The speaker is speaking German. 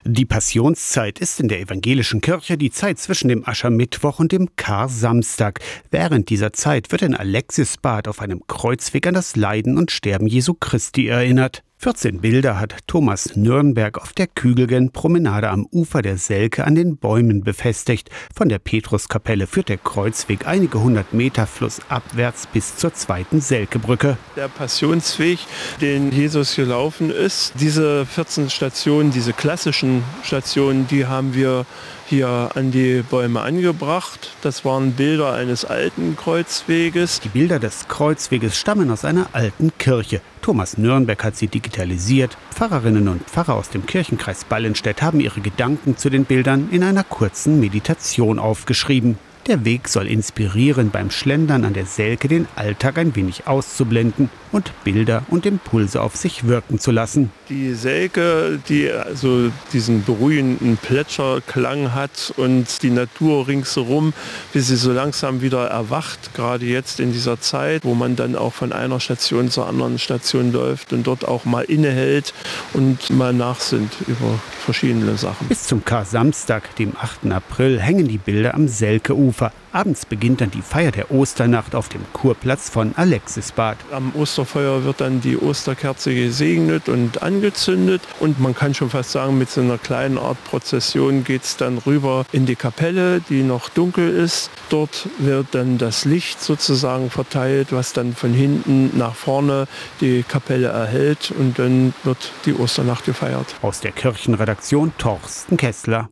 Die Passionszeit ist in der evangelischen Kirche die Zeit zwischen dem Aschermittwoch und dem Karsamstag. Während dieser Zeit wird in Alexisbad auf einem Kreuzweg an das Leiden und Sterben Jesu Christi erinnert. 14 Bilder hat Thomas Nürnberg auf der Kügelgen-Promenade am Ufer der Selke an den Bäumen befestigt. Von der Petruskapelle führt der Kreuzweg einige 100 Meter flussabwärts bis zur zweiten Selkebrücke. Der Passionsweg, den Jesus gelaufen ist, diese 14 Stationen, diese klassischen Stationen, die haben wir hier an die Bäume angebracht. Das waren Bilder eines alten Kreuzweges. Die Bilder des Kreuzweges stammen aus einer alten Kirche. Thomas Nürnberg hat sie digitalisiert. Pfarrerinnen und Pfarrer aus dem Kirchenkreis Ballenstedt haben ihre Gedanken zu den Bildern in einer kurzen Meditation aufgeschrieben. Der Weg soll inspirieren, beim Schlendern an der Selke den Alltag ein wenig auszublenden und Bilder und Impulse auf sich wirken zu lassen. Die Selke, die also diesen beruhigenden Plätscherklang hat und die Natur ringsherum, bis sie so langsam wieder erwacht, gerade jetzt in dieser Zeit, wo man dann auch von einer Station zur anderen Station läuft und dort auch mal innehält und mal nachsinnt über verschiedene Sachen. Bis zum Karsamstag, dem 8. April, hängen die Bilder am Selkeufer. Abends beginnt dann die Feier der Osternacht auf dem Kurplatz von Alexisbad. Am Osterfeuer wird dann die Osterkerze gesegnet und angezündet. Und man kann schon fast sagen, mit so einer kleinen Art Prozession geht es dann rüber in die Kapelle, die noch dunkel ist. Dort wird dann das Licht sozusagen verteilt, was dann von hinten nach vorne die Kapelle erhält. Und dann wird die Osternacht gefeiert. Aus der Kirchenredaktion Torsten Kessler.